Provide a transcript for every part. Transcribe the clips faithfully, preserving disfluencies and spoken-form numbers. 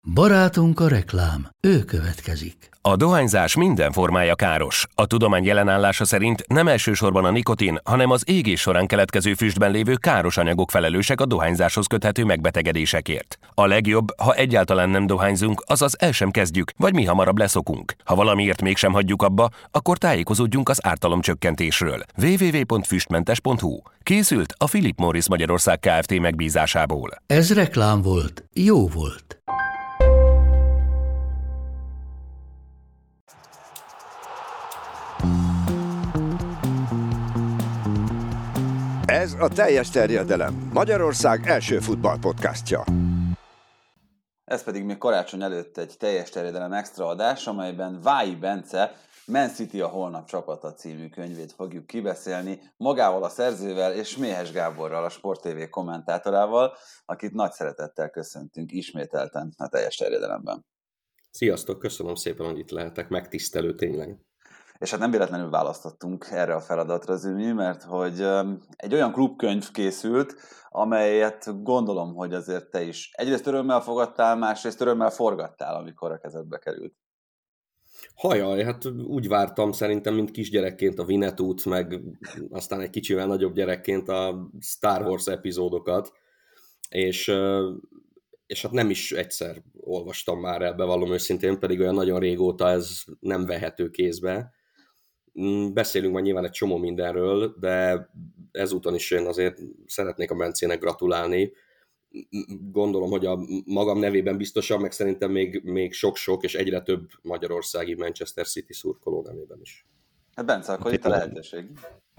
Barátunk a reklám, ő következik. A dohányzás minden formája káros. A tudomány jelenállása szerint nem elsősorban a nikotin, hanem az égés során keletkező füstben lévő káros anyagok felelősek a dohányzáshoz köthető megbetegedésekért. A legjobb, ha egyáltalán nem dohányzunk, azaz el sem kezdjük, vagy mi hamarabb leszokunk. Ha valamiért mégsem hagyjuk abba, akkor tájékozódjunk az ártalomcsökkentésről. double-u double-u double-u pont füstmentes pont hu. Készült a Philip Morris Magyarország Kft. Megbízásából. Ez reklám volt, jó volt. Ez a Teljes terjedelem, Magyarország első futballpodcastja. Ez pedig még karácsony előtt egy Teljes terjedelem extra adás, amelyben Vályi Bence Man City a holnap csapata című könyvét fogjuk kibeszélni, magával a szerzővel és Méhes Gáborral, a Sport té vé kommentátorával, akit nagy szeretettel köszöntünk ismételten a Teljes terjedelemben. Sziasztok, köszönöm szépen, hogy itt lehetek, megtisztelő tényleg. És hát nem véletlenül választottunk erre a feladatra, Zümi, mert hogy egy olyan klubkönyv készült, amelyet gondolom, hogy azért te is egyrészt örömmel fogadtál, másrészt örömmel forgattál, amikor a kezedbe került. Hajaj, hát úgy vártam szerintem, mint kisgyerekként a Winnetút, meg aztán egy kicsivel nagyobb gyerekként a Star Wars epizódokat, és, és hát nem is egyszer olvastam már el, bevallom őszintén, pedig olyan nagyon régóta ez nem vehető kézbe. Beszélünk majd nyilván egy csomó mindenről, de ezúton is én azért szeretnék a Bencének gratulálni. Gondolom, hogy a magam nevében biztosan, meg szerintem még, még sok-sok és egyre több magyarországi Manchester City szurkoló nevében is. Hát Bence, akkor itt a lehetőség.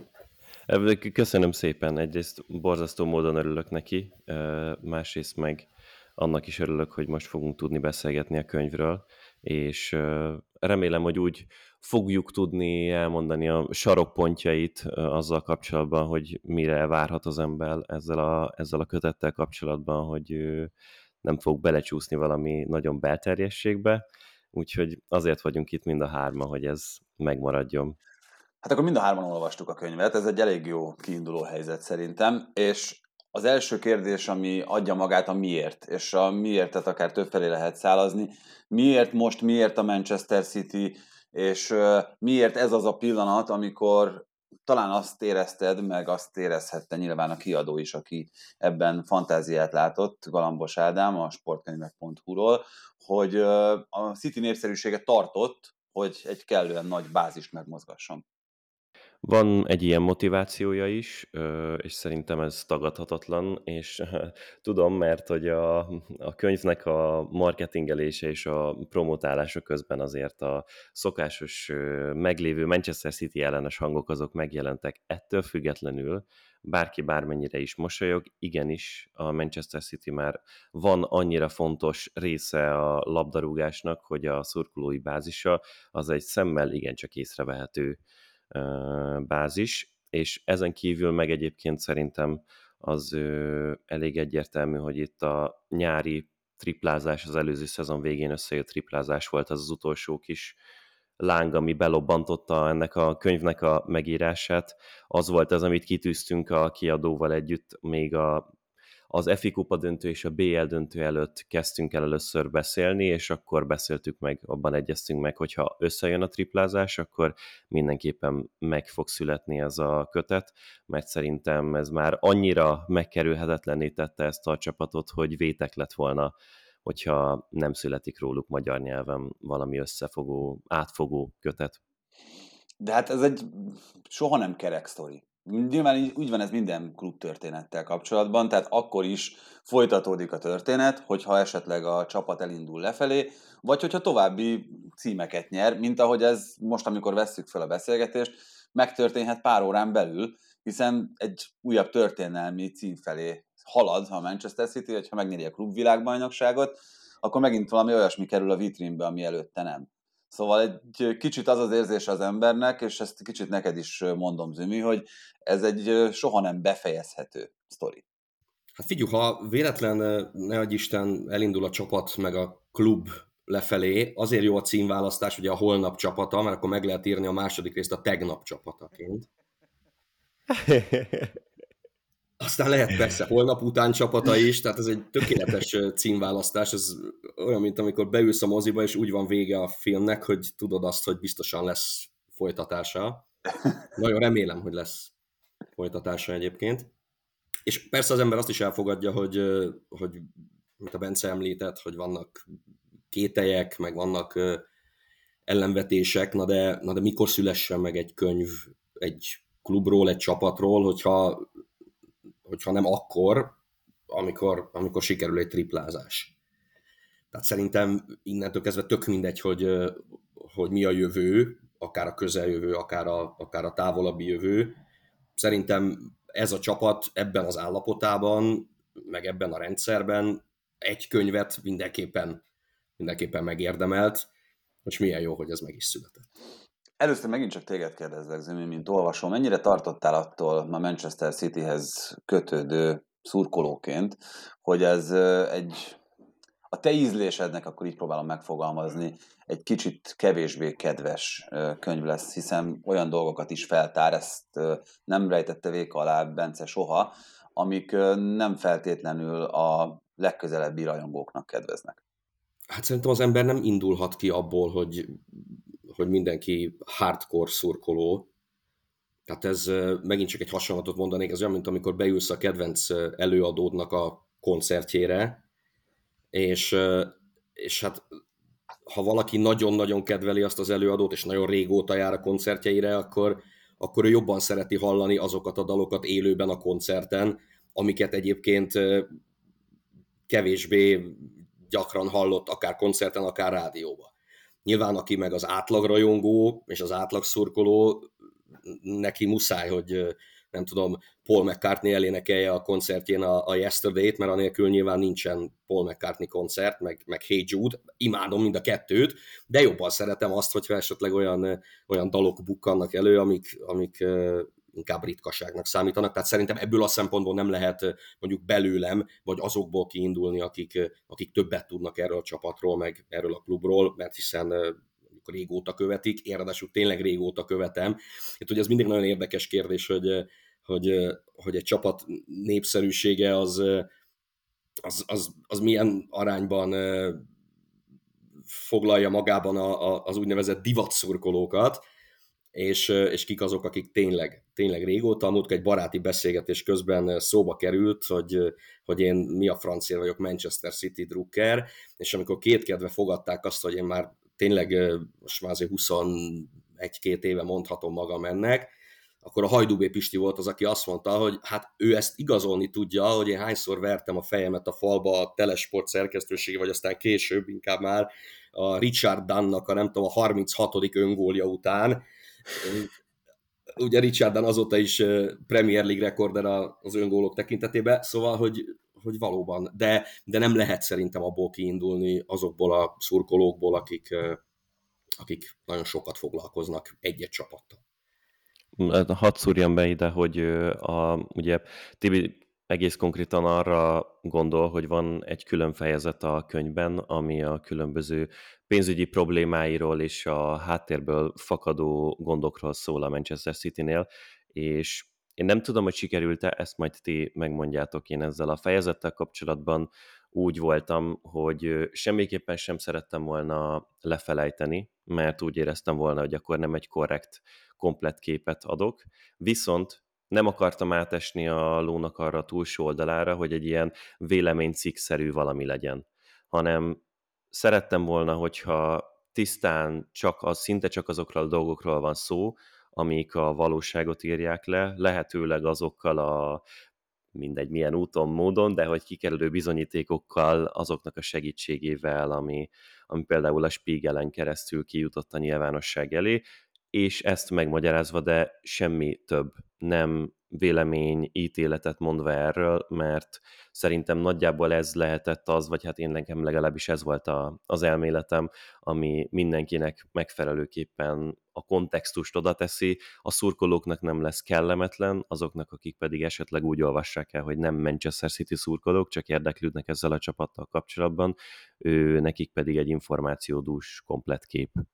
Köszönöm szépen. Egyrészt borzasztó módon örülök neki, másrészt meg annak is örülök, hogy most fogunk tudni beszélgetni a könyvről, és remélem, hogy úgy fogjuk tudni elmondani a sarokpontjait azzal kapcsolatban, hogy mire várhat az ember ezzel a, ezzel a kötettel kapcsolatban, hogy nem fog belecsúszni valami nagyon belterjességbe, úgyhogy azért vagyunk itt mind a hárman, hogy ez megmaradjon. Hát akkor mind a hárman olvastuk a könyvet, ez egy elég jó kiinduló helyzet szerintem, és az első kérdés, ami adja magát, a miért, és a miértet akár többfelé lehet szálazni. Miért most, miért a Manchester City, és miért ez az a pillanat, amikor talán azt érezted, meg azt érezhette nyilván a kiadó is, aki ebben fantáziát látott, Galambos Ádám, a sportkönyvek pont hu-ról, hogy a City népszerűsége tartott, hogy egy kellően nagy bázist megmozgasson. Van egy ilyen motivációja is, és szerintem ez tagadhatatlan, és tudom, mert hogy a, a könyvnek a marketingelése és a promotálása közben azért a szokásos meglévő Manchester City ellenes hangok azok megjelentek. Ettől függetlenül bárki bármennyire is mosolyog, igenis a Manchester City már van annyira fontos része a labdarúgásnak, hogy a szurkolói bázisa az egy szemmel igencsak észrevehető bázis, és ezen kívül meg egyébként szerintem az ö, elég egyértelmű, hogy itt a nyári triplázás, az előző szezon végén összejött triplázás volt az az utolsó kis láng, ami belobbantotta ennek a könyvnek a megírását. Az volt az, amit kitűztünk a kiadóval együtt, még a az ef i kupa döntő és a bé el döntő előtt kezdtünk el először beszélni, és akkor beszéltük meg, abban egyeztünk meg, hogyha összejön a triplázás, akkor mindenképpen meg fog születni ez a kötet, mert szerintem ez már annyira megkerülhetetlenné tette ezt a csapatot, hogy vétek lett volna, hogyha nem születik róluk magyar nyelven valami összefogó, átfogó kötet. De hát ez egy soha nem kerek sztori. Nyilván úgy van ez minden klubtörténettel kapcsolatban, tehát akkor is folytatódik a történet, hogyha esetleg a csapat elindul lefelé, vagy hogyha további címeket nyer, mint ahogy ez most, amikor vesszük fel a beszélgetést, megtörténhet pár órán belül, hiszen egy újabb történelmi cím felé halad a Manchester City, hogyha megnyeri a klubvilágbajnokságot, akkor megint valami olyasmi kerül a vitrínbe, ami előtte nem. Szóval egy kicsit az az érzés az embernek, és ezt kicsit neked is mondom, Zümi, hogy ez egy soha nem befejezhető sztori. Hát figyelj, ha véletlen, ne adj Isten, elindul a csapat meg a klub lefelé, azért jó a címválasztás, ugye a holnap csapata, mert akkor meg lehet írni a második részt a tegnap csapataként. Aztán lehet persze holnap után csapata is, tehát ez egy tökéletes címválasztás, ez olyan, mint amikor beülsz a moziba, és úgy van vége a filmnek, hogy tudod azt, hogy biztosan lesz folytatása. Nagyon remélem, hogy lesz folytatása egyébként. És persze az ember azt is elfogadja, hogy, hogy mint a Bence említett, hogy vannak kételyek, meg vannak ellenvetések, na de, na de mikor szülessen meg egy könyv egy klubról, egy csapatról, hogyha hogyha nem akkor, amikor, amikor sikerül egy triplázás. Tehát szerintem innentől kezdve tök mindegy, hogy, hogy mi a jövő, akár a közeljövő, akár a, akár a távolabbi jövő. Szerintem ez a csapat ebben az állapotában, meg ebben a rendszerben egy könyvet mindenképpen, mindenképpen megérdemelt, és milyen jó, hogy ez meg is született. Először megint csak téged kérdezlek, Zimi, mint olvasó, mennyire tartottál attól a Manchester Cityhez kötődő szurkolóként, hogy ez egy, a te ízlésednek, akkor így próbálom megfogalmazni, egy kicsit kevésbé kedves könyv lesz, hiszen olyan dolgokat is feltár, ezt nem rejtette véka alá Bence soha, amik nem feltétlenül a legközelebbi rajongóknak kedveznek. Hát szerintem az ember nem indulhat ki abból, hogy hogy mindenki hardcore szurkoló. Tehát ez megint csak egy hasonlatot mondanék, ez olyan, mint amikor beülsz a kedvenc előadódnak a koncertjére, és, és hát ha valaki nagyon-nagyon kedveli azt az előadót, és nagyon régóta jár a koncertjeire, akkor, akkor ő jobban szereti hallani azokat a dalokat élőben a koncerten, amiket egyébként kevésbé gyakran hallott akár koncerten, akár rádióban. Nyilván, aki meg az átlagrajongó és az átlagszurkoló, neki muszáj, hogy nem tudom, Paul McCartney elénekelje a koncertjén a, a Yesterday-t, mert anélkül nyilván nincsen Paul McCartney koncert, meg, meg Hey Jude, imádom mind a kettőt, de jobban szeretem azt, hogyha esetleg olyan, olyan dalok bukkannak elő, amik, amik inkább ritkaságnak számítanak, tehát szerintem ebből a szempontból nem lehet mondjuk belőlem, vagy azokból kiindulni, akik, akik többet tudnak erről a csapatról, meg erről a klubról, mert hiszen mondjuk régóta követik, én ráadásul tényleg régóta követem. Hát ugye ez mindig nagyon érdekes kérdés, hogy, hogy, hogy egy csapat népszerűsége az, az, az, az milyen arányban foglalja magában a, a, az úgynevezett divatszurkolókat, és, és kik azok, akik tényleg, tényleg régóta. A múltkor egy baráti beszélgetés közben szóba került, hogy, hogy én mi a francia vagyok, Manchester City drukker, és amikor kétkedve fogadták azt, hogy én már tényleg most már azért huszonegy-két éve mondhatom magam ennek, akkor a Hajdú Pisti volt az, aki azt mondta, hogy hát ő ezt igazolni tudja, hogy én hányszor vertem a fejemet a falba a Telesport szerkesztősége, vagy aztán később inkább már a Richard Dunn-nak a nem tudom, a harminchatodik öngólja után. Ugye Richard Dunn azóta is Premier League rekorder az öngólok tekintetében, szóval, hogy, hogy valóban, de, de nem lehet szerintem abból kiindulni azokból a szurkolókból, akik, akik nagyon sokat foglalkoznak egy-egy csapattal. Hadd szúrjam be ide, hogy a, ugye Tibi egész konkrétan arra gondol, hogy van egy külön fejezet a könyvben, ami a különböző pénzügyi problémáiról és a háttérből fakadó gondokról szól a Manchester Citynél, és én nem tudom, hogy sikerült-e, ezt majd ti megmondjátok. Én ezzel a fejezettel kapcsolatban úgy voltam, hogy semmiképpen sem szerettem volna lefelejteni, mert úgy éreztem volna, hogy akkor nem egy korrekt, komplett képet adok, viszont nem akartam átesni a lónak arra a túlsó oldalára, hogy egy ilyen véleménycikkszerű valami legyen, hanem szerettem volna, hogyha tisztán csak az, szinte csak azokról a dolgokról van szó, amik a valóságot írják le, lehetőleg azokkal a mindegy milyen úton, módon, de hogy kikerülő bizonyítékokkal, azoknak a segítségével, ami, ami például a Spiegelen keresztül kijutott a nyilvánosság elé, és ezt megmagyarázva, de semmi több, nem vélemény, ítéletet mondva erről, mert szerintem nagyjából ez lehetett az, vagy hát én nekem legalábbis ez volt a, az elméletem, ami mindenkinek megfelelőképpen a kontextust oda teszi, a szurkolóknak nem lesz kellemetlen, azoknak, akik pedig esetleg úgy olvassák el, hogy nem Manchester City szurkolók, csak érdeklődnek ezzel a csapattal kapcsolatban, ő, nekik pedig egy információdús, komplett kép.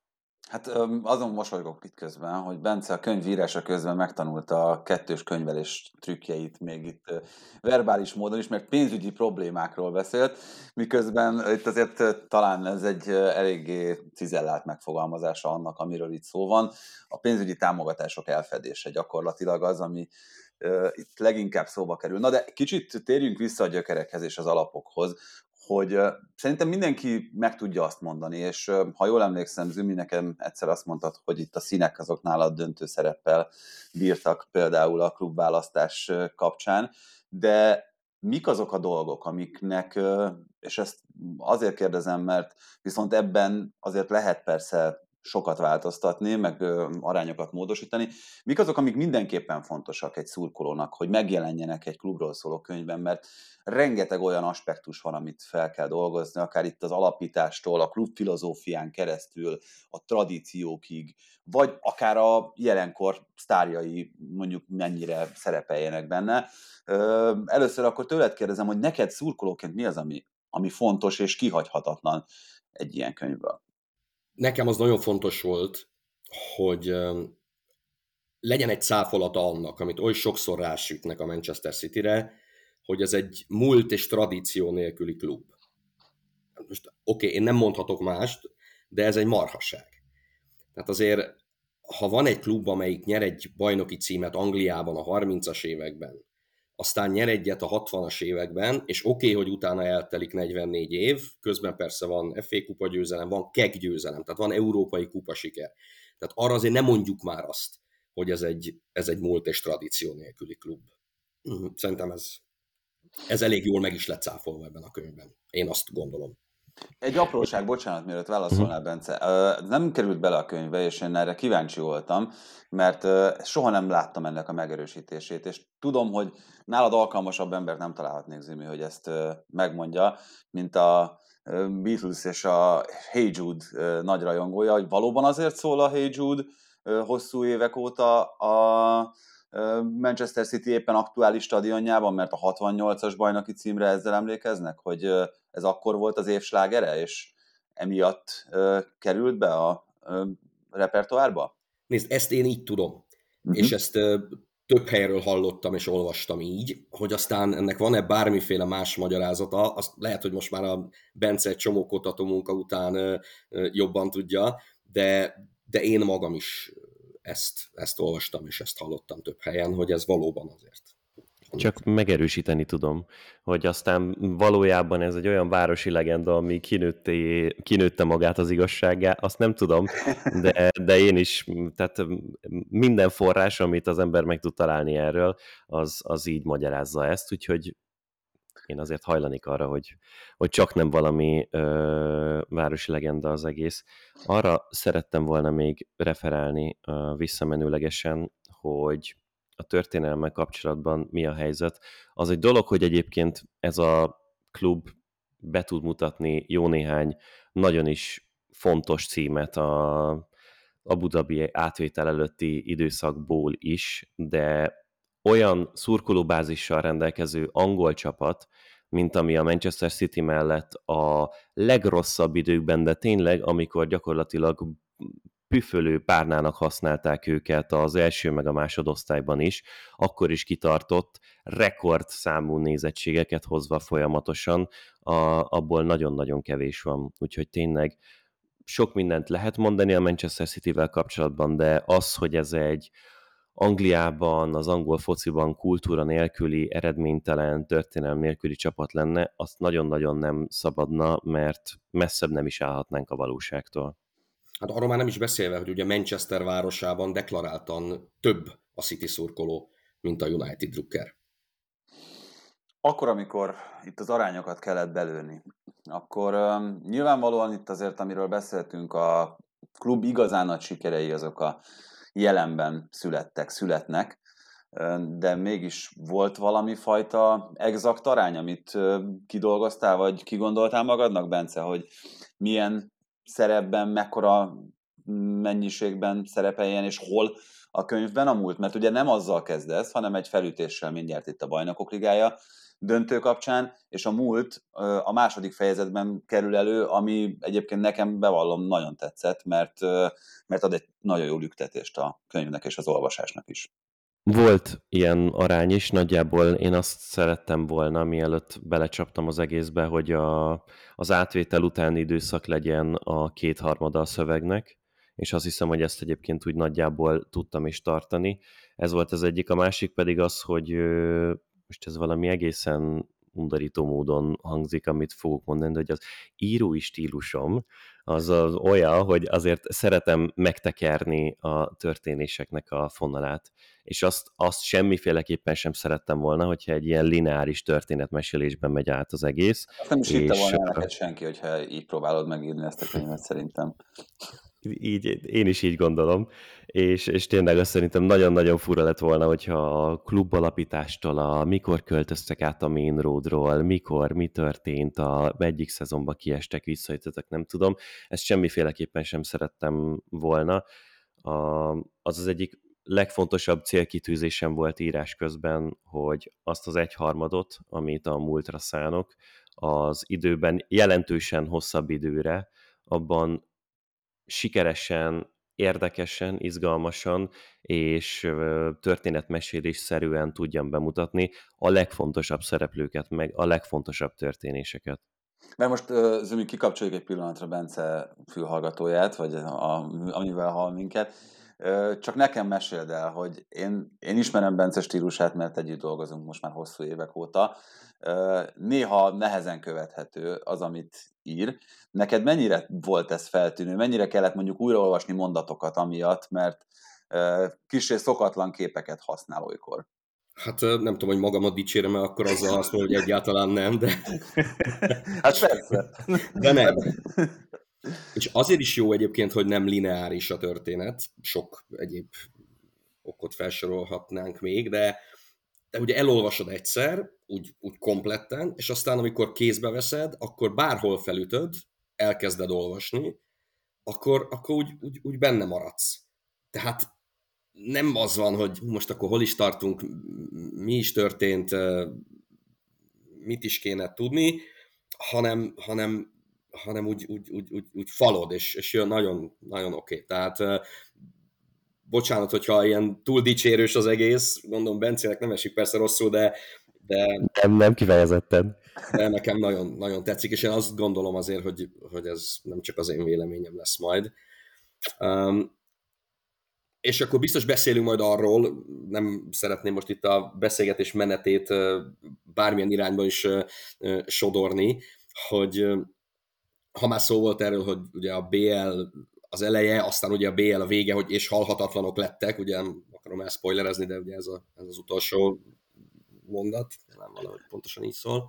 Hát azon mosolygok itt közben, hogy Bence a könyv írása közben megtanulta a kettős könyvelés trükkjeit még itt verbális módon is, mert pénzügyi problémákról beszélt, miközben itt azért talán ez egy eléggé cizellált megfogalmazása annak, amiről itt szó van. A pénzügyi támogatások elfedése gyakorlatilag az, ami itt leginkább szóba kerül. Na de kicsit térjünk vissza a gyökerekhez és az alapokhoz, hogy szerintem mindenki meg tudja azt mondani, és ha jól emlékszem, Zümi, nekem egyszer azt mondtad, hogy itt a színek azok nálad döntő szereppel bírtak például a klubválasztás kapcsán, de mik azok a dolgok, amiknek, és ezt azért kérdezem, mert viszont ebben azért lehet persze sokat változtatni, meg arányokat módosítani. Mik azok, amik mindenképpen fontosak egy szurkolónak, hogy megjelenjenek egy klubról szóló könyvben, mert rengeteg olyan aspektus van, amit fel kell dolgozni, akár itt az alapítástól, a klub filozófián keresztül, a tradíciókig, vagy akár a jelenkor sztárjai mondjuk mennyire szerepeljenek benne. Először akkor tőled kérdezem, hogy neked szurkolóként mi az, ami, ami fontos és kihagyhatatlan egy ilyen könyvből? Nekem az nagyon fontos volt, hogy legyen egy cáfolata annak, amit oly sokszor rásütnek a Manchester Cityre, hogy ez egy múlt és tradíció nélküli klub. Most oké, okay, én nem mondhatok mást, de ez egy marhaság. Tehát azért, ha van egy klub, amelyik nyer egy bajnoki címet Angliában a harmincas években, aztán nyer egyet a hatvanas években, és oké, okay, hogy utána eltelik negyvennégy év, közben persze van ef á kupa győzelem, van keg győzelem, tehát van európai kupa siker. Tehát arra azért nem mondjuk már azt, hogy ez egy, ez egy múlt és tradíció nélküli klub. Szerintem ez, ez elég jól meg is lett cáfolva ebben a könyvben. Én azt gondolom. Egy apróság, bocsánat, mielőtt válaszolnál, Bence. Nem került bele a könyvbe, és én erre kíváncsi voltam, mert soha nem láttam ennek a megerősítését, és tudom, hogy nálad alkalmasabb embert nem találhatnék, Zimi, hogy ezt megmondja, mint a Beatles és a Hey Jude nagy rajongója, hogy valóban azért szól a Hey Jude hosszú évek óta a Manchester City éppen aktuális stadionjában, mert a hatvannyolcas bajnoki címre ezzel emlékeznek, hogy ez akkor volt az év slágere, és emiatt került be a repertoárba? Nézd, ezt én így tudom, uh-huh. és ezt több helyről hallottam és olvastam így, hogy aztán ennek van-e bármiféle más magyarázata, azt lehet, hogy most már a Bence egy csomó kutató munka után jobban tudja, de, de én magam is ezt, ezt olvastam és ezt hallottam több helyen, hogy ez valóban azért. Csak megerősíteni tudom, hogy aztán valójában ez egy olyan városi legenda, ami kinőtte, kinőtte magát az igazsággá, azt nem tudom, de, de én is, tehát minden forrás, amit az ember meg tud találni erről, az, az így magyarázza ezt, úgyhogy én azért hajlanék arra, hogy, hogy csak nem valami ö, városi legenda az egész. Arra szerettem volna még referálni ö, visszamenőlegesen, hogy a történelemmel kapcsolatban mi a helyzet. Az egy dolog, hogy egyébként ez a klub be tud mutatni jó néhány nagyon is fontos címet a Abu Dhabi átvétel előtti időszakból is, de olyan szurkolóbázissal rendelkező angol csapat, mint ami a Manchester City mellett a legrosszabb időkben, de tényleg, amikor gyakorlatilag püfölő párnának használták őket az első meg a másodosztályban is, akkor is kitartott, rekordszámú nézettségeket hozva folyamatosan, a, abból nagyon-nagyon kevés van. Úgyhogy tényleg sok mindent lehet mondani a Manchester Cityvel kapcsolatban, de az, hogy ez egy Angliában, az angol fociban kultúra nélküli, eredménytelen, történelem nélküli csapat lenne, azt nagyon-nagyon nem szabadna, mert messzebb nem is állhatnánk a valóságtól. Hát arról már nem is beszélve, hogy ugye Manchester városában deklaráltan több a City szurkoló, mint a United drukker. Akkor, amikor itt az arányokat kellett belőni, akkor um, nyilvánvalóan itt azért, amiről beszéltünk, a klub igazán nagy sikerei azok a jelenben születtek, születnek, de mégis volt valami fajta exakt arány, amit kidolgoztál, vagy kigondoltál magadnak, Bence, hogy milyen szerepben, mekkora mennyiségben szerepeljen, és hol a könyvben a múlt? Mert ugye nem azzal kezdesz, hanem egy felütéssel mindjárt itt a Bajnokok Ligája, döntő kapcsán, és a múlt a második fejezetben kerül elő, ami egyébként nekem, bevallom, nagyon tetszett, mert, mert ad egy nagyon jó lüktetést a könyvnek és az olvasásnak is. Volt ilyen arány is, nagyjából én azt szerettem volna, mielőtt belecsaptam az egészbe, hogy a, az átvétel utáni időszak legyen a kétharmada a szövegnek, és azt hiszem, hogy ezt egyébként úgy nagyjából tudtam is tartani. Ez volt az egyik, a másik pedig az, hogy most ez valami egészen undorító módon hangzik, amit fogok mondani, hogy az írói stílusom az, az olyan, hogy azért szeretem megtekerni a történéseknek a fonalát, és azt, azt semmiféleképpen sem szerettem volna, hogyha egy ilyen lineáris történetmesélésben megy át az egész. Azt nem is hitte és... volna neked senki, hogyha így próbálod megírni ezt a könyvet, szerintem. Így, én is így gondolom, és, és tényleg azt szerintem nagyon-nagyon fura lett volna, hogyha a klubalapítástól, a mikor költöztek át a Main Roadról, mikor, mi történt, a egyik szezonba kiestek, visszajöttetek, nem tudom, ezt semmiféleképpen sem szerettem volna. A, az az egyik legfontosabb célkitűzésem volt írás közben, hogy azt az egyharmadot, amit a múltra szánok, az időben jelentősen hosszabb időre, abban sikeresen, érdekesen, izgalmasan és történetmesélésszerűen tudjam bemutatni a legfontosabb szereplőket, meg a legfontosabb történéseket. Mert most uh, Zümi, kikapcsoljuk egy pillanatra Bence fülhallgatóját, vagy a, amivel hall minket. Uh, csak nekem meséld el, hogy én, én ismerem Bence stílusát, mert együtt dolgozunk most már hosszú évek óta. Uh, néha nehezen követhető az, amit ír. Neked mennyire volt ez feltűnő? Mennyire kellett mondjuk újraolvasni mondatokat amiatt, mert uh, kissé szokatlan képeket használ olykor? Hát nem tudom, hogy magamat dicsérem, mert akkor azzal azt mondom, hogy egyáltalán nem, de... Hát persze. De nem. És azért is jó egyébként, hogy nem lineáris a történet, sok egyéb okot felsorolhatnánk még, de, de ugye elolvasod egyszer, úgy, úgy kompletten, és aztán amikor kézbe veszed, akkor bárhol felütöd, elkezded olvasni, akkor, akkor úgy, úgy, úgy benne maradsz. Tehát nem az van, hogy most akkor hol is tartunk, mi is történt, mit is kéne tudni, hanem, hanem, hanem úgy, úgy, úgy, úgy, úgy falod, és, és jön nagyon, nagyon oké. Okay. Tehát bocsánat, hogyha ilyen túl dicsérős az egész, gondolom Bencének nem esik persze rosszul, de, de nem, nem kifejezetten. De nekem nagyon, nagyon tetszik, és én azt gondolom azért, hogy, hogy ez nem csak az én véleményem lesz majd. Um, És akkor biztos beszélünk majd arról, nem szeretném most itt a beszélgetés menetét bármilyen irányba is sodorni, hogy ha már szó volt erről, hogy ugye a bé el az eleje, aztán ugye a bé el a vége, hogy és halhatatlanok lettek, ugye nem akarom elspoilerezni, de ugye ez, a, ez az utolsó mondat, nem valahogy pontosan így szól.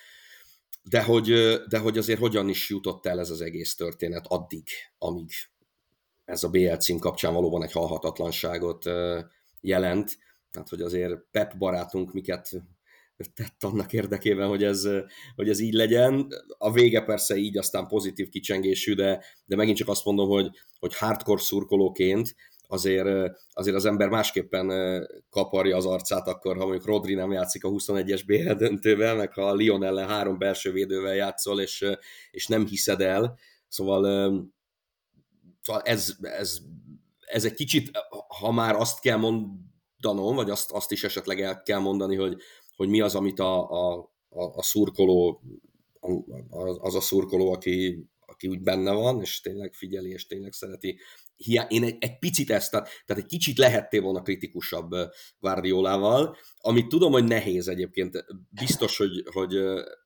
De hogy, de hogy azért hogyan is jutott el ez az egész történet addig, amíg ez a bé el cím kapcsán valóban egy halhatatlanságot jelent. Tehát, hogy azért Pep barátunk miket tett annak érdekében, hogy ez, hogy ez így legyen. A vége persze így aztán pozitív kicsengésű, de, de megint csak azt mondom, hogy, hogy hardcore szurkolóként azért, azért az ember másképpen kaparja az arcát akkor, ha mondjuk Rodri nem játszik a huszonegyes bé el döntővel, meg ha Lyon ellen három belső védővel játszol, és, és nem hiszed el. Szóval Szóval ez, ez, ez egy kicsit, ha már azt kell mondanom, vagy azt, azt is esetleg el kell mondani, hogy, hogy mi az, amit a, a, a szurkoló, az a szurkoló, aki, aki úgy benne van, és tényleg figyeli, és tényleg szereti. Én egy, egy picit ezt, tehát egy kicsit lehettél volna kritikusabb Guardiolával, amit tudom, hogy nehéz egyébként. Biztos, hogy, hogy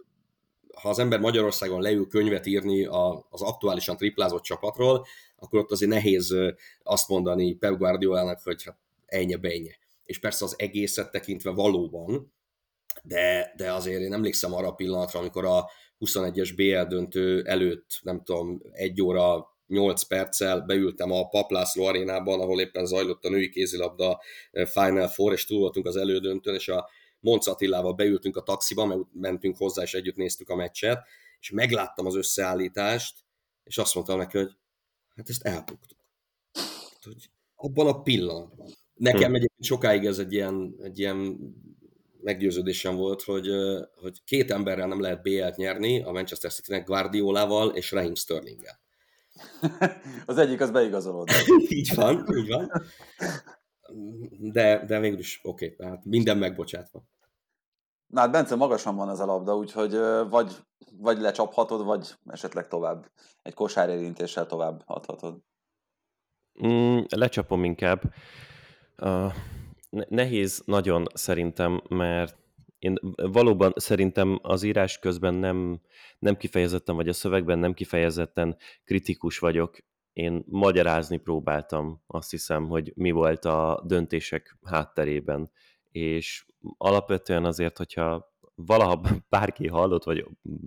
ha az ember Magyarországon leül könyvet írni az aktuálisan triplázott csapatról, akkor ott azért nehéz azt mondani Pep Guardiolának, hogy hát ennyi bennyi. És persze az egészet tekintve valóban, de, de azért én emlékszem arra a pillanatra, amikor a huszonegyes bé el döntő előtt, nem tudom, egy óra nyolc perccel beültem a Papp László arénában, ahol éppen zajlott a női kézilabda Final Four, és túl voltunk az elődöntőn, és a Monc Attilával beültünk a taxiba, mert mentünk hozzá, és együtt néztük a meccset, és megláttam az összeállítást, és azt mondtam neki, hogy hát ezt elbuktuk. Hogy abban a pillanatban. Nekem egyébként sokáig ez egy ilyen, egy ilyen meggyőződésem volt, hogy, hogy két emberrel nem lehet bé el-t nyerni, a Manchester Citynek Guardiolával és Raheem Sterlinggel. Az egyik az beigazolódott. Így van, így van. De, de végül is oké, okay, tehát minden megbocsátva. Na hát Bence, magasan van ez a labda, úgyhogy vagy, vagy lecsaphatod, vagy esetleg tovább. Egy kosárérintéssel tovább adhatod. Mm, lecsapom inkább. Uh, nehéz nagyon szerintem, mert én valóban szerintem az írás közben nem, nem kifejezetten, vagy a szövegben nem kifejezetten kritikus vagyok. Én magyarázni próbáltam, azt hiszem, hogy mi volt a döntések hátterében. És alapvetően azért, hogyha valaha bárki hallott, vagy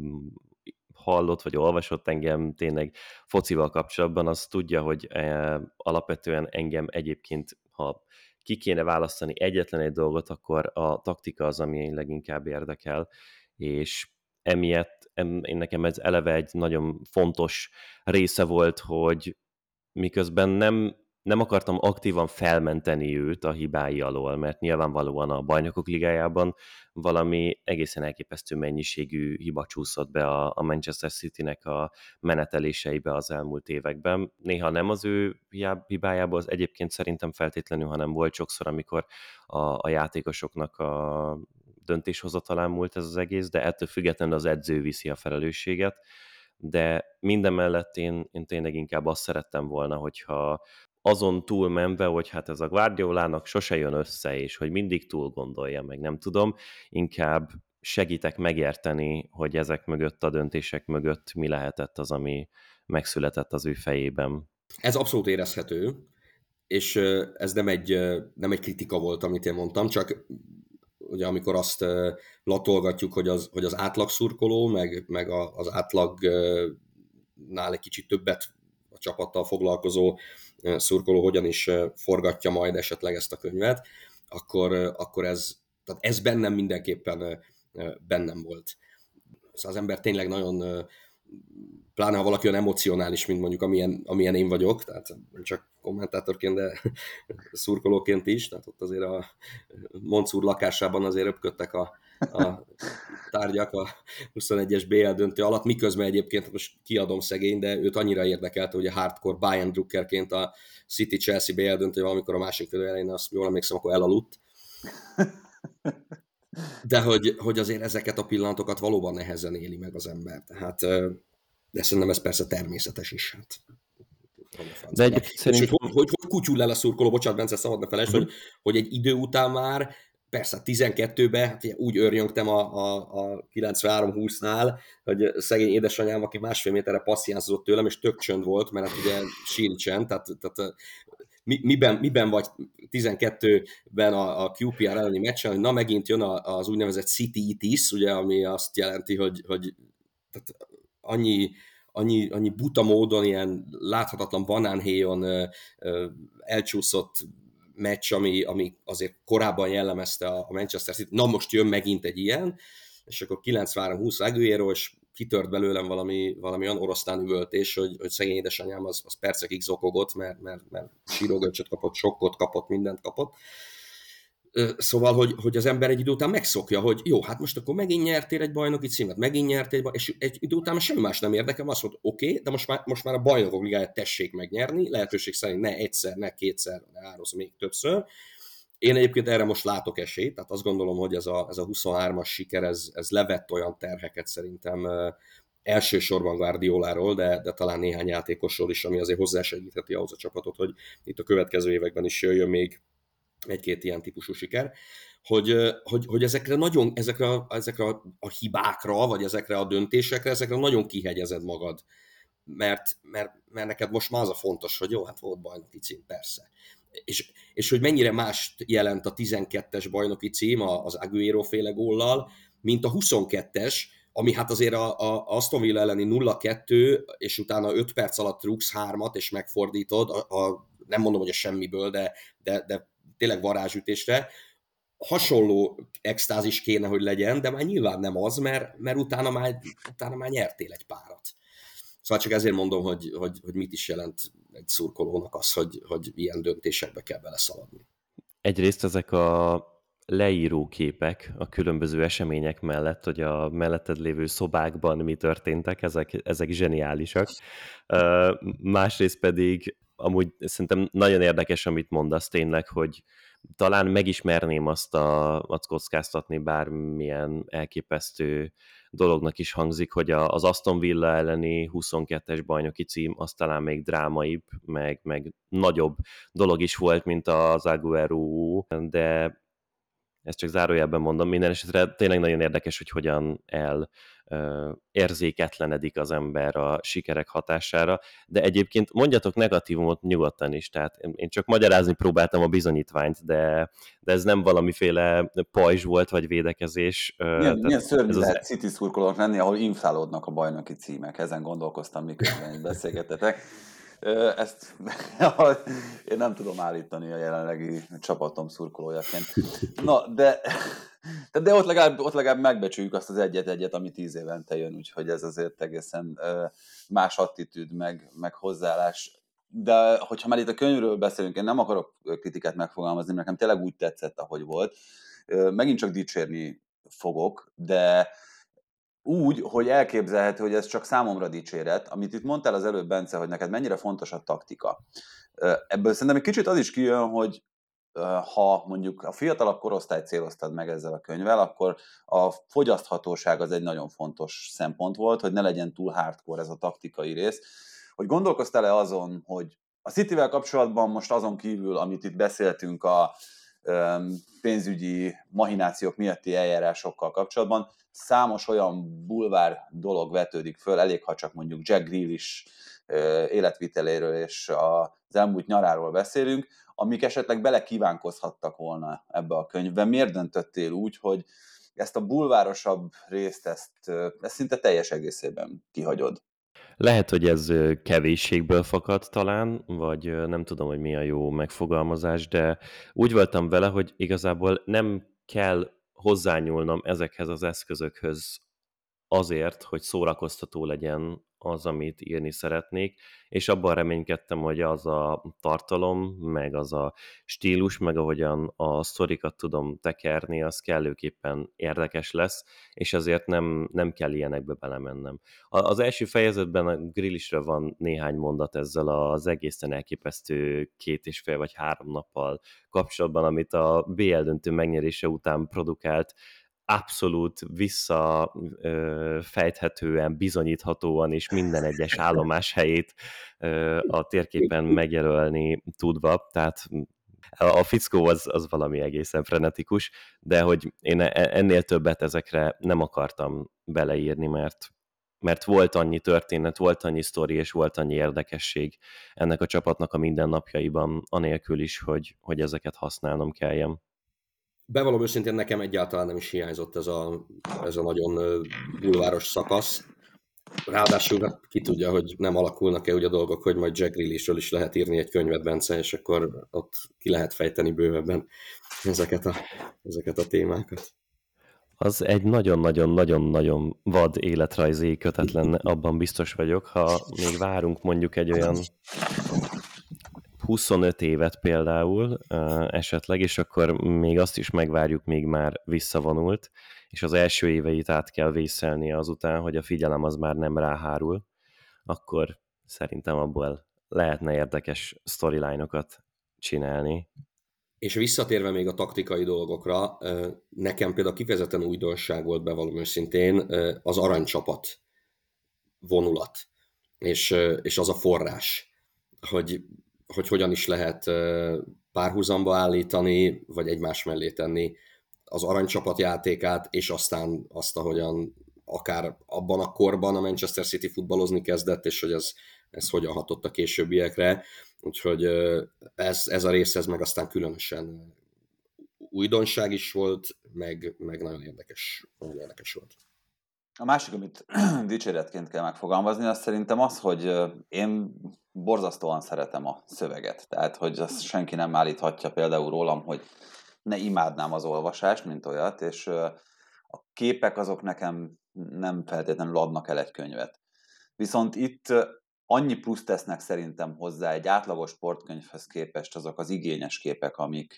hallott, vagy olvasott engem tényleg focival kapcsolatban, az tudja, hogy eh, alapvetően engem egyébként, ha ki kéne választani egyetlen egy dolgot, akkor a taktika az, ami én leginkább érdekel, és emiatt em, én nekem ez eleve egy nagyon fontos része volt, hogy miközben nem, nem akartam aktívan felmenteni őt a hibái alól, mert nyilvánvalóan a Bajnokok Ligájában valami egészen elképesztő mennyiségű hiba csúszott be a, a Manchester Citynek a meneteléseibe az elmúlt években. Néha nem az ő hibájából, az egyébként szerintem feltétlenül, hanem volt sokszor, amikor a, a játékosoknak a döntéshozatalán múlt ez az egész, de ettől függetlenül az edző viszi a felelősséget. De mindemellett én, én tényleg inkább azt szerettem volna, hogyha azon túl menve, hogy hát ez a Guardiolának sose jön össze, és hogy mindig túl gondolja, meg nem tudom, inkább segítek megérteni, hogy ezek mögött, a döntések mögött mi lehetett az, ami megszületett az ő fejében. Ez abszolút érezhető, és ez nem egy, nem egy kritika volt, amit én mondtam, csak ugye amikor azt latolgatjuk, hogy az, hogy az átlag szurkoló, meg, meg az átlagnál egy kicsit többet a csapattal foglalkozó szurkoló hogyan is forgatja majd esetleg ezt a könyvet, akkor, akkor ez, tehát ez bennem mindenképpen bennem volt. Szóval az ember tényleg nagyon, pláne ha valaki olyan emocionális, mint mondjuk amilyen, amilyen én vagyok, tehát nem csak kommentátorként, de szurkolóként is, tehát ott azért a Moncúr lakásában azért röpködtek a, a tárgyak a huszonegyes bé el döntő alatt, miközben egyébként most kiadom szegény, de őt annyira érdekelte, hogy a hardcore Bayern drukkerként a City-Chelsea bé el döntő, amikor a másik félidő elején, azt jól emlékszem, akkor elaludt. De hogy, hogy azért ezeket a pillanatokat valóban nehezen éli meg az ember. Tehát, de szerintem ez persze természetes is. Hát. De egy, és szerint... hogy, hogy, hogy, hogy kutyul el a szurkoló, bocsánat, Bence, szabad ne felejtsd, uh-huh. hogy, hogy egy idő után már, persze tizenkettőben hát úgy örjöngtem a, a, a kilencvenhárom húsznál, hogy szegény édesanyám, aki másfél méterre passzjánzott tőlem, és tök csönd volt, mert hát ugye síri csend, tehát, tehát mi, miben, miben vagy tizenkettőben a, a kú pé er elleni meccsen, hogy na megint jön az úgynevezett City-itis, ugye, ami azt jelenti, hogy, hogy tehát annyi, annyi, annyi buta módon, ilyen láthatatlan banánhéjon elcsúszott meccs, ami, ami azért korábban jellemezte a Manchester City. Na most jön megint egy ilyen, és akkor kilencvenhárom húsz Aguero, és kitört belőlem valami, valami olyan oroszlán üvöltés, hogy, hogy szegény édesanyám az, az percekig zokogott, mert, mert, mert sírógörcsöt kapott, sokkot kapott, mindent kapott. Szóval, hogy, hogy az ember egy idő után megszokja, hogy jó, hát most akkor megint nyertél egy bajnoki címet, megint nyertél, és egy idő után semmi más nem érdekel, azt mondta, oké, okay, de most már, most már a bajnokok ligáját tessék megnyerni, lehetőség szerint ne egyszer, ne kétszer, ne háromszor, még többször. Én egyébként erre most látok esélyt, tehát azt gondolom, hogy ez a, ez a huszonhármas siker, ez, ez levett olyan terheket szerintem elsősorban Guardioláról, de, de talán néhány játékosról is, ami azért hozzásegítheti ahhoz a csapatot, hogy itt a következő években is jöjjön még egy-két ilyen típusú siker, hogy, hogy, hogy ezekre, nagyon, ezekre, a, ezekre a hibákra, vagy ezekre a döntésekre, ezekre nagyon kihegyezed magad. Mert, mert, mert neked most már az a fontos, hogy jó, hát volt bajnoki cím, persze. És, és hogy mennyire mást jelent a tizenkettes bajnoki cím az Aguero féle góllal, mint a huszonkettes, ami hát azért a, a Aston Villa elleni nulla kettő, és utána öt perc alatt rúgsz hármat, és megfordítod, a, a, nem mondom, hogy a semmiből, de, de, de tényleg varázsütésre. Hasonló extázis kéne, hogy legyen, de már nyilván nem az, mert, mert utána, már, utána már nyertél egy párat. Szóval csak ezért mondom, hogy, hogy, hogy mit is jelent egy szurkolónak az, hogy, hogy ilyen döntésekbe kell beleszaladni. Egyrészt ezek a leíró képek a különböző események mellett, hogy a melletted lévő szobákban mi történtek, ezek, ezek zseniálisak. Uh, másrészt pedig amúgy szerintem nagyon érdekes, amit mondasz tényleg, hogy talán megismerném azt a, azt kockáztatni, bármilyen elképesztő dolognak is hangzik, hogy a, az Aston Villa elleni huszonkettes bajnoki cím az talán még drámaibb, meg, meg nagyobb dolog is volt, mint az Agüero, de ezt csak zárójelben mondom, minden esetre tényleg nagyon érdekes, hogy hogyan el uh, érzéketlenedik az ember a sikerek hatására, de egyébként mondjatok negatívumot nyugodtan is, tehát én csak magyarázni próbáltam a bizonyítványt, de, de ez nem valamiféle pajzs volt, vagy védekezés. Uh, Milyen, milyen szörnyű ez lehet az... City szurkolónak lenni, ahol inflálódnak a bajnoki címek, ezen gondolkoztam, miközben beszélgetetek. Ezt én nem tudom állítani a jelenlegi csapatom szurkolójaként. Na, de, de ott, legalább, ott legalább megbecsüljük azt az egyet-egyet, ami tíz évente jön, úgyhogy ez azért egészen más attitűd, meg, meg hozzáállás. De hogyha már itt a könyvről beszélünk, én nem akarok kritikát megfogalmazni, nekem tényleg úgy tetszett, ahogy volt. Megint csak dicsérni fogok, de úgy, hogy elképzelhető, hogy ez csak számomra dicséret, amit itt mondtál az előbb, Bence, hogy neked mennyire fontos a taktika. Ebből szerintem egy kicsit az is kijön, hogy ha mondjuk a fiatalabb korosztályt céloztad meg ezzel a könyvvel, akkor a fogyaszthatóság az egy nagyon fontos szempont volt, hogy ne legyen túl hardcore ez a taktikai rész. Hogy gondolkoztál-e azon, hogy a Cityvel kapcsolatban most azon kívül, amit itt beszéltünk a pénzügyi mahinációk miatti eljárásokkal kapcsolatban, számos olyan bulvár dolog vetődik föl, elég ha csak mondjuk Jack Grealish életviteléről és az elmúlt nyaráról beszélünk, amik esetleg bele kívánkozhattak volna ebbe a könyvbe. Miért döntöttél úgy, hogy ezt a bulvárosabb részt, ezt, ezt szinte teljes egészében kihagyod? Lehet, hogy ez kevésségből fakad talán, vagy nem tudom, hogy mi a jó megfogalmazás, de úgy voltam vele, hogy igazából nem kell hozzányúlnom ezekhez az eszközökhöz azért, hogy szórakoztató legyen az, amit írni szeretnék, és abban reménykedtem, hogy az a tartalom, meg az a stílus, meg ahogyan a sztorikat tudom tekerni, az kellőképpen érdekes lesz, és ezért nem, nem kell ilyenekbe belemennem. Az első fejezetben a Grealishről van néhány mondat ezzel az egészen elképesztő két és fél vagy három nappal kapcsolatban, amit a bé el döntő megnyerése után produkált, abszolút visszafejthetően, bizonyíthatóan és minden egyes állomás helyét a térképen megjelölni tudva, tehát a fickó az, az valami egészen frenetikus, de hogy én ennél többet ezekre nem akartam beleírni, mert, mert volt annyi történet, volt annyi sztori és volt annyi érdekesség ennek a csapatnak a mindennapjaiban, anélkül is, hogy, hogy ezeket használnom kelljen. Bevallom őszintén, nekem egyáltalán nem is hiányzott ez a, ez a nagyon bulváros szakasz. Ráadásul ki tudja, hogy nem alakulnak-e úgy a dolgok, hogy majd Jack Grealishről is lehet írni egy könyvet, Bence, és akkor ott ki lehet fejteni bővebben ezeket a, ezeket a témákat. Az egy nagyon-nagyon-nagyon-nagyon vad életrajzi kötet lenne, abban biztos vagyok, ha még várunk mondjuk egy olyan huszonöt évet például esetleg, és akkor még azt is megvárjuk, még már visszavonult, és az első éveit át kell vészelnie azután, hogy a figyelem az már nem ráhárul, akkor szerintem abból lehetne érdekes storyline-okat csinálni. És visszatérve még a taktikai dolgokra, nekem például kifejezetten újdonság volt, bevallom őszintén, az aranycsapat vonulat, és, és az a forrás, hogy, hogy hogyan is lehet párhuzamba állítani, vagy egymás mellé tenni az aranycsapat játékát, és aztán azt, ahogyan akár abban a korban a Manchester City futballozni kezdett, és hogy ez, ez hogyan hatott a későbbiekre. Úgyhogy ez, ez a rész, ez meg aztán különösen újdonság is volt, meg, meg nagyon érdekes, nagyon érdekes volt. A másik, amit dicséretként kell megfogalmazni, az szerintem az, hogy én borzasztóan szeretem a szöveget. Tehát, hogy azt senki nem állíthatja például rólam, hogy ne imádnám az olvasást, mint olyat, és a képek azok nekem nem feltétlenül adnak el egy könyvet. Viszont itt annyi plusz tesznek szerintem hozzá egy átlagos sportkönyvhez képest azok az igényes képek, amik,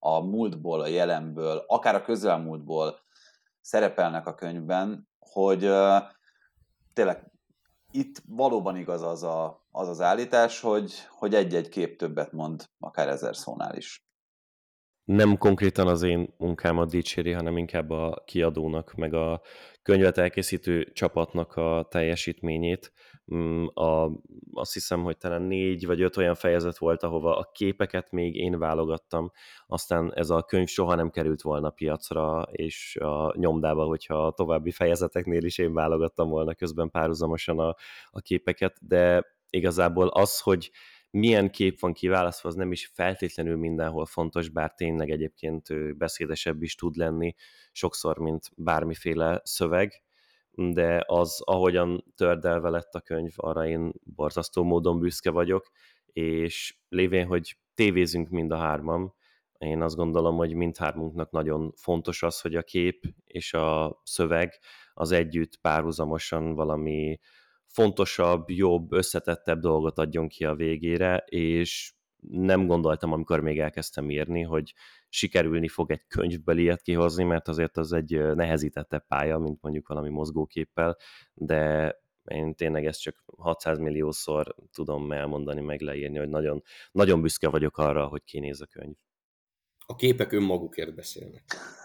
a múltból, a jelenből, akár a közelmúltból szerepelnek a könyvben, hogy uh, tényleg itt valóban igaz az a, az, az állítás, hogy, hogy egy-egy kép többet mond, akár ezer szónál is. Nem konkrétan az én munkámat dicséri, hanem inkább a kiadónak, meg a könyvet elkészítő csapatnak a teljesítményét. A, azt hiszem, hogy talán négy vagy öt olyan fejezet volt, ahova a képeket még én válogattam, aztán ez a könyv soha nem került volna piacra, és a nyomdába, hogyha a további fejezeteknél is én válogattam volna közben párhuzamosan a, a képeket, de igazából az, hogy milyen kép van kiválasztva, az nem is feltétlenül mindenhol fontos, bár tényleg egyébként beszédesebb is tud lenni sokszor, mint bármiféle szöveg, de az, ahogyan tördelve lett a könyv, arra én borzasztó módon büszke vagyok, és lévén, hogy tévézünk mind a hárman, én azt gondolom, hogy mindhármunknak nagyon fontos az, hogy a kép és a szöveg az együtt párhuzamosan valami fontosabb, jobb, összetettebb dolgot adjon ki a végére, és nem gondoltam, amikor még elkezdtem írni, hogy sikerülni fog egy könyvből ilyet kihozni, mert azért az egy nehezítettebb pálya, mint mondjuk valami mozgóképpel, de én tényleg ezt csak hatszáz milliószor tudom elmondani, meg leírni, hogy nagyon, nagyon büszke vagyok arra, hogy kinéz a könyv. A képek önmagukért beszélnek.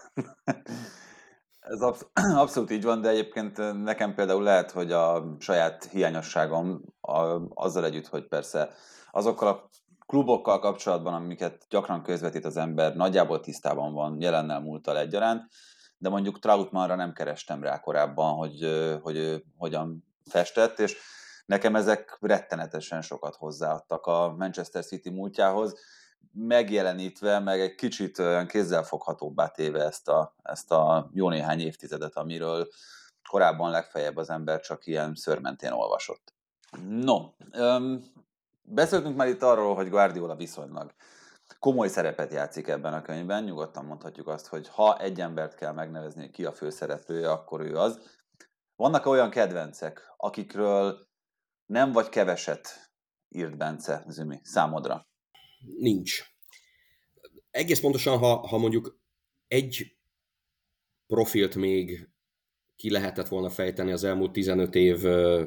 Ez absz- abszolút így van, de egyébként nekem például lehet, hogy a saját hiányosságom a, azzal együtt, hogy persze azokkal a klubokkal kapcsolatban, amiket gyakran közvetít az ember, nagyjából tisztában van jelennel, múlttal egyaránt, de mondjuk Trautmannra nem kerestem rá korábban, hogy, hogy ő hogyan festett, és nekem ezek rettenetesen sokat hozzáadtak a Manchester City múltjához, megjelenítve, meg egy kicsit olyan kézzelfoghatóbbá téve ezt a, ezt a jó néhány évtizedet, amiről korábban legfeljebb az ember csak ilyen szőrmentén olvasott. No, öm, beszéltünk már itt arról, hogy Guardiola viszonylag komoly szerepet játszik ebben a könyvben, nyugodtan mondhatjuk azt, hogy ha egy embert kell megnevezni, ki a főszereplője, akkor ő az. Vannak olyan kedvencek, akikről nem vagy keveset írt Bence, Zümi, számodra? Nincs. Egész pontosan, ha, ha mondjuk egy profilt még ki lehetett volna fejteni az elmúlt tizenöt év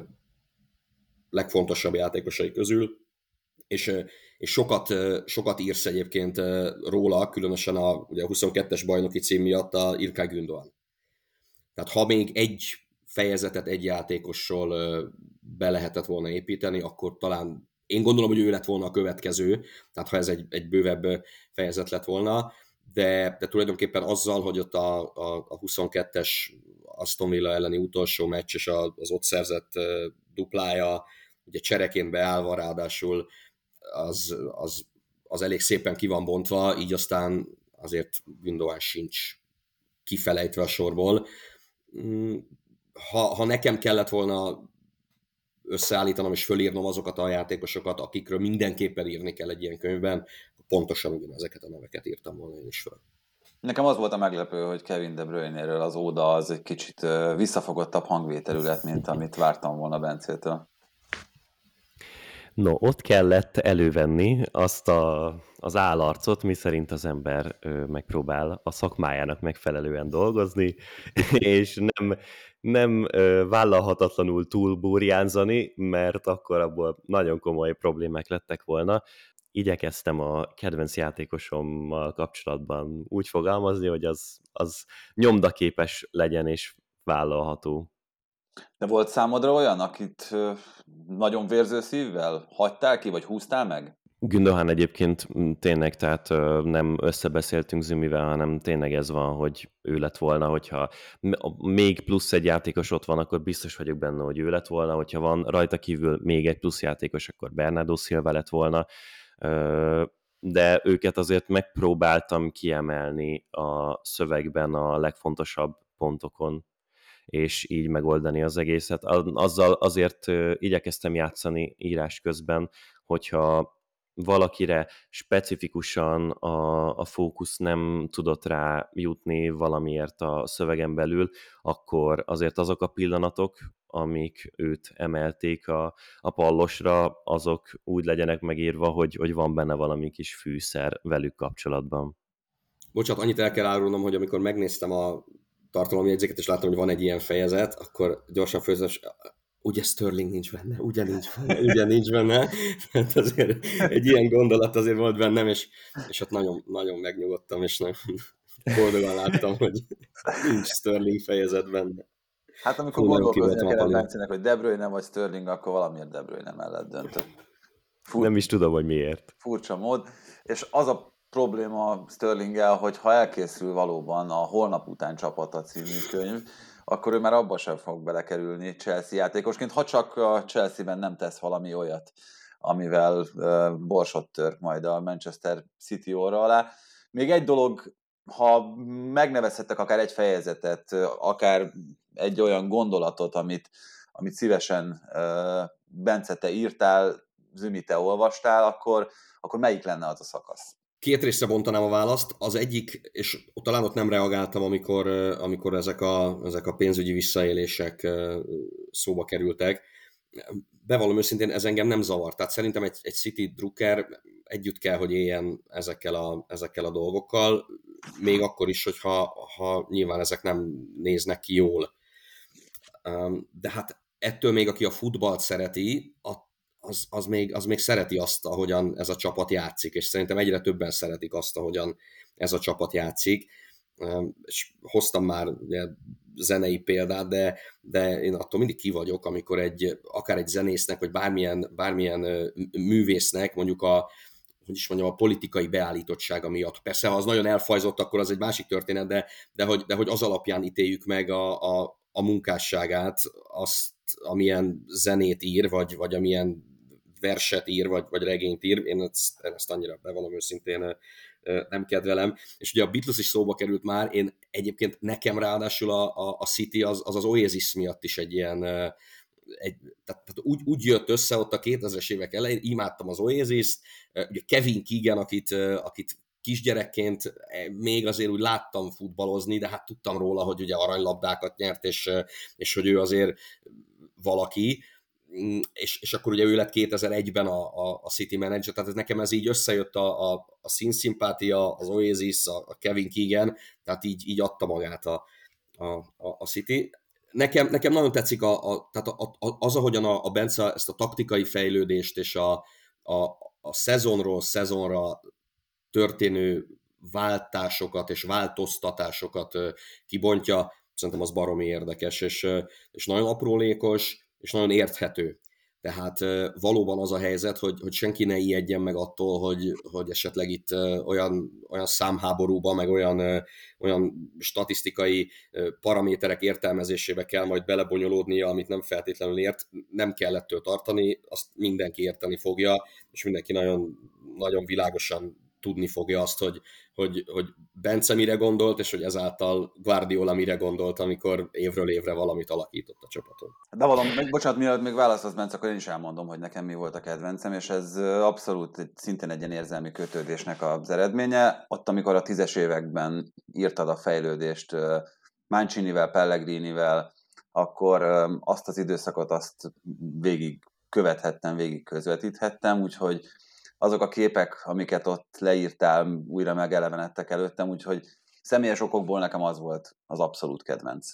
legfontosabb játékosai közül, és, és sokat, sokat írsz egyébként róla, különösen a, ugye a huszonkettes bajnoki cím miatt a Ilkay Gündoğan. Tehát ha még egy fejezetet egy játékosról be lehetett volna építeni, akkor talán én gondolom, hogy ő lett volna a következő, tehát ha ez egy, egy bővebb fejezet lett volna, de, de tulajdonképpen azzal, hogy ott a, a, a huszonkettes Aston Villa elleni utolsó meccs és az ott szerzett duplája, ugye csereként beállva, ráadásul az, az, az elég szépen ki van bontva, így aztán azért Gündoğan sincs kifelejtve a sorból. Ha, ha nekem kellett volna összeállítanom és fölírnom azokat a játékosokat, akikről mindenképpen írni kell egy ilyen könyvben, pontosan ugyanezeket a neveket írtam volna én is fel. Nekem az volt a meglepő, hogy Kevin De Bruyne-ről az óda az egy kicsit visszafogottabb hangvételű lett, mint amit vártam volna Bencétől. No, ott kellett elővenni azt a, az állarcot, miszerint az ember ö, megpróbál a szakmájának megfelelően dolgozni, és nem, nem ö, vállalhatatlanul túl burjánzani, mert akkor abból nagyon komoly problémák lettek volna. Igyekeztem a kedvenc játékosommal kapcsolatban úgy fogalmazni, hogy az, az nyomdaképes legyen és vállalható. De volt számodra olyan, akit nagyon vérző szívvel hagytál ki, vagy húztál meg? Gündoğan egyébként tényleg, tehát nem összebeszéltünk Zümivel, hanem tényleg ez van, hogy ő lett volna, hogyha még plusz egy játékos ott van, akkor biztos vagyok benne, hogy ő lett volna, hogyha van rajta kívül még egy plusz játékos, akkor Bernardo Silva lett volna, de őket azért megpróbáltam kiemelni a szövegben a legfontosabb pontokon, és így megoldani az egészet. Azzal azért igyekeztem játszani írás közben, hogyha valakire specifikusan a, a fókusz nem tudott rá jutni valamiért a szövegen belül, akkor azért azok a pillanatok, amik őt emelték a, a pallosra, azok úgy legyenek megírva, hogy, hogy van benne valami kis fűszer velük kapcsolatban. Bocsánat, annyit el kell árulnom, hogy amikor megnéztem a tartalomjegyzéket, és láttam, hogy van egy ilyen fejezet, akkor gyorsan főzös, ugye Sterling nincs benne, ugye nincs benne, ugye nincs benne. Tehát azért egy ilyen gondolat azért volt bennem, és, és ott nagyon, nagyon megnyugodtam, és nagyon boldogan láttam, hogy nincs Sterling fejezet benne. Hát amikor Fú, gondolkoznia kell a Bencinek, hogy De Bruyne vagy Sterling, akkor valamiért De Bruyne mellett döntött. Fur... Nem is tudom, hogy miért. Furcsa mód. És az a probléma Sterlinggel, hogy ha elkészül valóban a Holnap után csapata című könyv, akkor ő már abba sem fog belekerülni Chelsea játékosként, ha csak a Chelsea-ben nem tesz valami olyat, amivel uh, borsot tör majd a Manchester City óra alá. Még egy dolog, ha megnevezhettek akár egy fejezetet, akár egy olyan gondolatot, amit, amit szívesen uh, Bence, te írtál, Zümi, te olvastál, akkor, akkor melyik lenne az a szakasz? Két részre bontanám a választ. Az egyik, és talán ott nem reagáltam, amikor, amikor ezek, a, ezek a pénzügyi visszaélések szóba kerültek. Bevallom őszintén, ez engem nem zavar. Tehát szerintem egy, egy City drukker együtt kell, hogy éljen ezekkel a, ezekkel a dolgokkal, még akkor is, hogyha ha nyilván ezek nem néznek ki jól. De hát ettől még, aki a futballt szereti, a Az, az, még, az még szereti azt, ahogyan ez a csapat játszik, és szerintem egyre többen szeretik azt, ahogyan ez a csapat játszik. És hoztam már ugye, zenei példát, de, de én attól mindig ki vagyok, amikor egy, akár egy zenésznek, vagy bármilyen, bármilyen művésznek, mondjuk a, hogy is mondjam, a politikai beállítottsága miatt. Persze, ha az nagyon elfajzott, akkor az egy másik történet, de, de, hogy, de hogy az alapján ítéljük meg a, a, a munkásságát, azt, amilyen zenét ír, vagy, vagy amilyen verset ír, vagy, vagy regényt ír, én ezt, én ezt annyira bevallom őszintén nem kedvelem. És ugye a Beatles is szóba került már, én egyébként nekem ráadásul a, a, a City az, az az Oasis miatt is egy ilyen, egy, tehát, tehát úgy, úgy jött össze ott a kétezres évek elején, imádtam az Oasis-t, ugye Kevin Keegan, akit, akit kisgyerekként még azért úgy láttam futballozni, de hát tudtam róla, hogy ugye aranylabdákat nyert, és, és hogy ő azért valaki, és, és akkor ugye ő lett kétezer-egyben a, a, a City manager, tehát ez nekem ez így összejött a, a, a színszimpátia, az Oasis, a, a Kevin Keegan, tehát így, így adta magát a, a, a, a City. Nekem, nekem nagyon tetszik a, a, tehát a, a, az, ahogyan a, a Bence ezt a taktikai fejlődést és a, a, a szezonról szezonra történő váltásokat és változtatásokat kibontja, szerintem az baromi érdekes, és, és nagyon aprólékos, és nagyon érthető. Tehát valóban az a helyzet, hogy, hogy senki ne ijedjen meg attól, hogy, hogy esetleg itt olyan, olyan számháborúba, meg olyan, olyan statisztikai paraméterek értelmezésébe kell majd belebonyolódnia, amit nem feltétlenül ért. Nem kell ettől tartani, azt mindenki érteni fogja, és mindenki nagyon, nagyon világosan tudni fogja azt, hogy, hogy, hogy Bence mire gondolt, és hogy ezáltal Guardiola mire gondolt, amikor évről évre valamit alakított a csapaton. De valami, meg, bocsánat, mielőtt még válaszolsz, Bence, akkor én is elmondom, hogy nekem mi volt a kedvencem, és ez abszolút egy, szintén egy ilyen érzelmi kötődésnek az eredménye. Ott, amikor a tízes években írtad a fejlődést Mancinivel, Pellegrinivel, akkor azt az időszakot azt végig követhettem, végig közvetíthettem, úgyhogy azok a képek, amiket ott leírtál, újra megelevenedtek előttem, úgyhogy személyes okokból nekem az volt az abszolút kedvenc.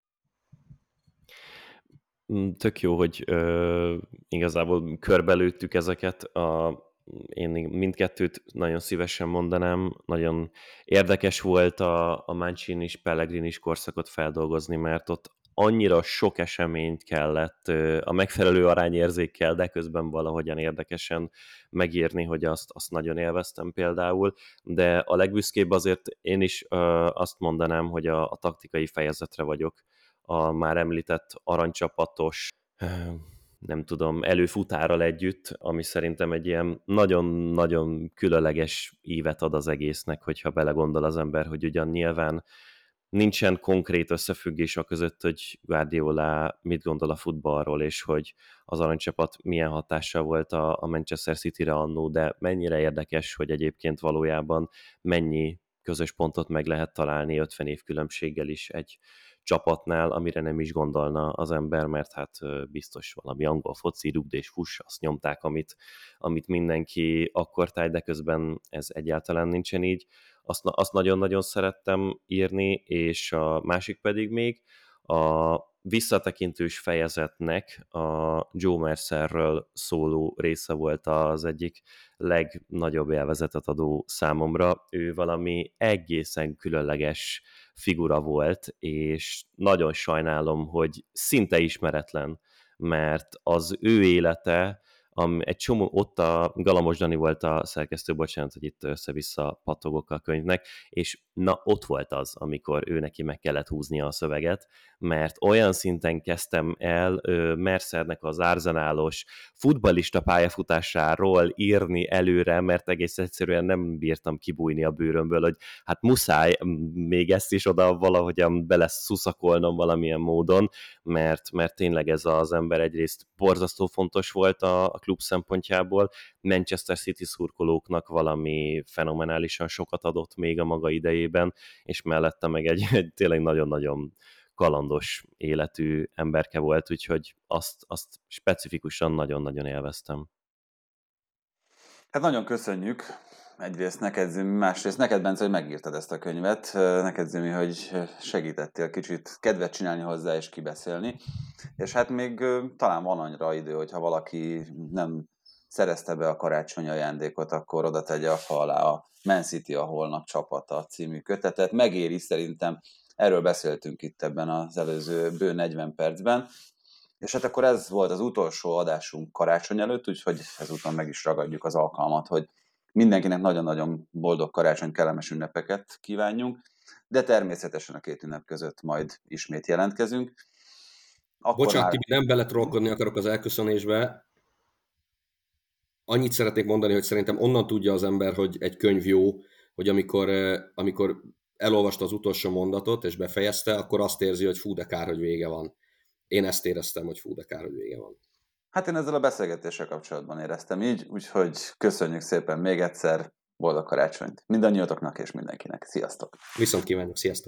Tök jó, hogy ö, igazából körbelőttük ezeket. A, én mindkettőt nagyon szívesen mondanám. Nagyon érdekes volt a, a Mancini-s, Pellegrini-s korszakot feldolgozni, mert ott annyira sok eseményt kellett a megfelelő arányérzékkel, de közben valahogyan érdekesen megírni, hogy azt, azt nagyon élveztem például, de a legbüszkébb azért én is ö, azt mondanám, hogy a, a taktikai fejezetre vagyok, a már említett aranycsapatos, ö, nem tudom, előfutárral együtt, ami szerintem egy ilyen nagyon-nagyon különleges ívet ad az egésznek, hogyha belegondol az ember, hogy ugyan nyilván nincsen konkrét összefüggés a között, hogy Guardiola mit gondol a futballról, és hogy az aranycsapat milyen hatással volt a, a Manchester Cityre annó, de mennyire érdekes, hogy egyébként valójában mennyi közös pontot meg lehet találni ötven év különbséggel is egy csapatnál, amire nem is gondolna az ember, mert hát biztos valami angol foci, rugd és fuss, azt nyomták, amit, amit mindenki akkor táj, de közben ez egyáltalán nincsen így. Azt, azt nagyon-nagyon szerettem írni, és a másik pedig még a visszatekintős fejezetnek a Joe Mercerről szóló része volt az egyik legnagyobb élvezetet adó számomra. Ő valami egészen különleges figura volt, és nagyon sajnálom, hogy szinte ismeretlen, mert az ő élete, Am, egy csomó, ott a Galamos Dani volt a szerkesztő, bocsánat, hogy itt össze-vissza pattogok a könyvnek, és na ott volt az, amikor ő neki meg kellett húznia a szöveget, mert olyan szinten kezdtem el ö, Mercernek az arzenálos futballista pályafutásáról írni előre, mert egész egyszerűen nem bírtam kibújni a bőrömből, hogy hát muszáj még ezt is oda valahogyan bele szuszakolnom valamilyen módon, mert, mert tényleg ez az ember egyrészt borzasztó fontos volt a, a klub szempontjából, Manchester City szurkolóknak valami fenomenálisan sokat adott még a maga idejében, és mellette meg egy, egy tényleg nagyon-nagyon kalandos életű emberke volt, úgyhogy azt, azt specifikusan nagyon-nagyon élveztem. Hát nagyon köszönjük. Egyrészt neked, Zümi, másrészt neked, Bence, hogy megírtad ezt a könyvet. Neked, Zümi, hogy segítettél kicsit kedvet csinálni hozzá és kibeszélni. És hát még talán van annyira idő, hogyha valaki nem szerezte be a karácsonyi ajándékot, akkor oda tegye a fa alá a Man City a holnap csapata című kötetet. Megéri szerintem, erről beszéltünk itt ebben az előző bő negyven percben. És hát akkor ez volt az utolsó adásunk karácsony előtt, úgyhogy ezúton meg is ragadjuk az alkalmat, hogy mindenkinek nagyon-nagyon boldog karácsony, kellemes ünnepeket kívánjunk, de természetesen a két ünnep között majd ismét jelentkezünk. Akkor Bocsánat, már... Tibi, nem beletrolkodni akarok az elköszönésbe. Annyit szeretnék mondani, hogy szerintem onnan tudja az ember, hogy egy könyv jó, hogy amikor, amikor elolvasta az utolsó mondatot és befejezte, akkor azt érzi, hogy fú, de kár, hogy vége van. Én ezt éreztem, hogy fú, de kár, hogy vége van. Hát én ezzel a beszélgetéssel kapcsolatban éreztem így, úgyhogy köszönjük szépen még egyszer, boldog karácsonyt mindannyiatoknak és mindenkinek. Sziasztok! Viszont kívánjuk, sziasztok!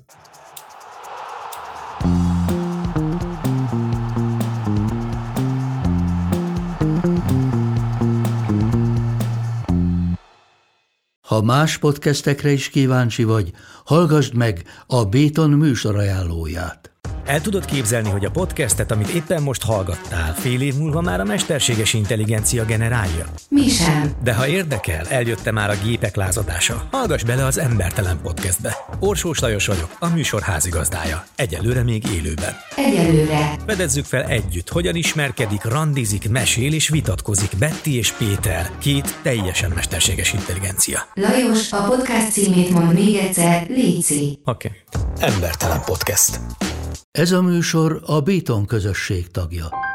Ha más podcastekre is kíváncsi vagy, hallgassd meg a Béton műsor ajánlóját. El tudod képzelni, hogy a podcastet, amit éppen most hallgattál, fél év múlva már a mesterséges intelligencia generálja? Mi sem. De ha érdekel, eljötte már a gépek lázadása. Hallgass bele az Embertelen Podcastbe. Orsós Lajos vagyok, a műsor házigazdája. Egyelőre még élőben. Egyelőre. Fedezzük fel együtt, hogyan ismerkedik, randizik, mesél és vitatkozik Betty és Péter, két teljesen mesterséges intelligencia. Lajos, a podcast címét mond még egyszer, léci. Oké. Okay. Embertelen Podcast. Ez a műsor a Béton közösség tagja.